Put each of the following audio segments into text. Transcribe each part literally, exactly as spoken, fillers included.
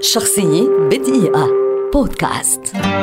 شخصية بدقيقة بودكاست.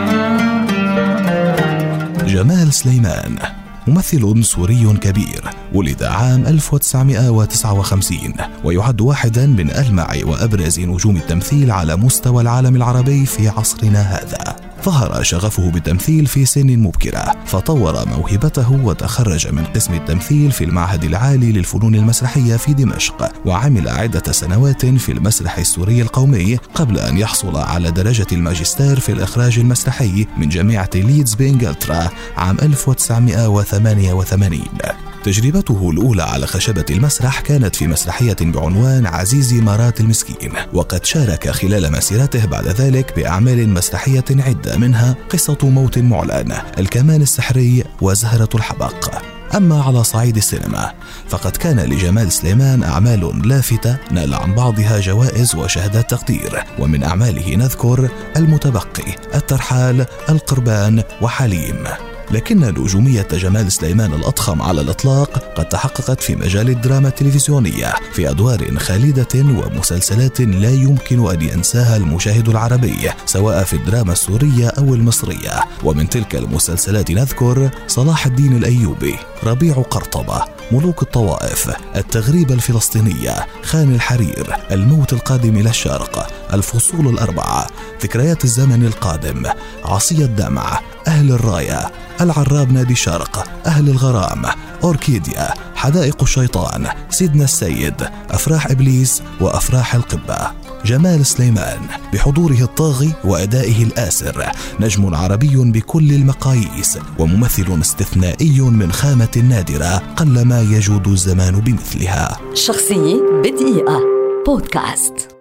جمال سليمان ممثل سوري كبير، ولد عام ألف وتسعمائة وتسعة وخمسين ويعد واحدا من ألمع وأبرز نجوم التمثيل على مستوى العالم العربي في عصرنا هذا. ظهر شغفه بالتمثيل في سن مبكرة، فطور موهبته وتخرج من قسم التمثيل في المعهد العالي للفنون المسرحية في دمشق، وعمل عدة سنوات في المسرح السوري القومي قبل أن يحصل على درجة الماجستير في الإخراج المسرحي من جامعة ليدز بإنجلترا عام ألف وتسعمائة وثمانية وثمانين. تجربته الأولى على خشبة المسرح كانت في مسرحية بعنوان عزيزي مرات المسكين، وقد شارك خلال مسيرته بعد ذلك بأعمال مسرحية عدة، منها قصة موت معلن، الكمان السحري، وزهرة الحبق. أما على صعيد السينما فقد كان لجمال سليمان أعمال لافتة نال عن بعضها جوائز وشهادات تقدير، ومن أعماله نذكر المتبقي، الترحال، القربان، وحليم. لكن نجومية جمال سليمان الأضخم على الإطلاق قد تحققت في مجال الدراما التلفزيونية في أدوار خالدة ومسلسلات لا يمكن أن ينساها المشاهد العربي، سواء في الدراما السورية أو المصرية. ومن تلك المسلسلات نذكر صلاح الدين الأيوبي، ربيع قرطبة، ملوك الطوائف، التغريبة الفلسطينية، خان الحرير، الموت القادم إلى الشرق، الفصول الأربعة، ذكريات الزمن القادم، عصي الدمع، أهل الراية، العراب نادي الشرق، أهل الغرام، أوركيديا، حدائق الشيطان، سيدنا السيد، أفراح إبليس، وأفراح القبة. جمال سليمان بحضوره الطاغي وأدائه الآسر نجم عربي بكل المقاييس، وممثل استثنائي من خامة نادرة قلما يجود الزمان بمثلها. شخصية بدقيقة بودكاست.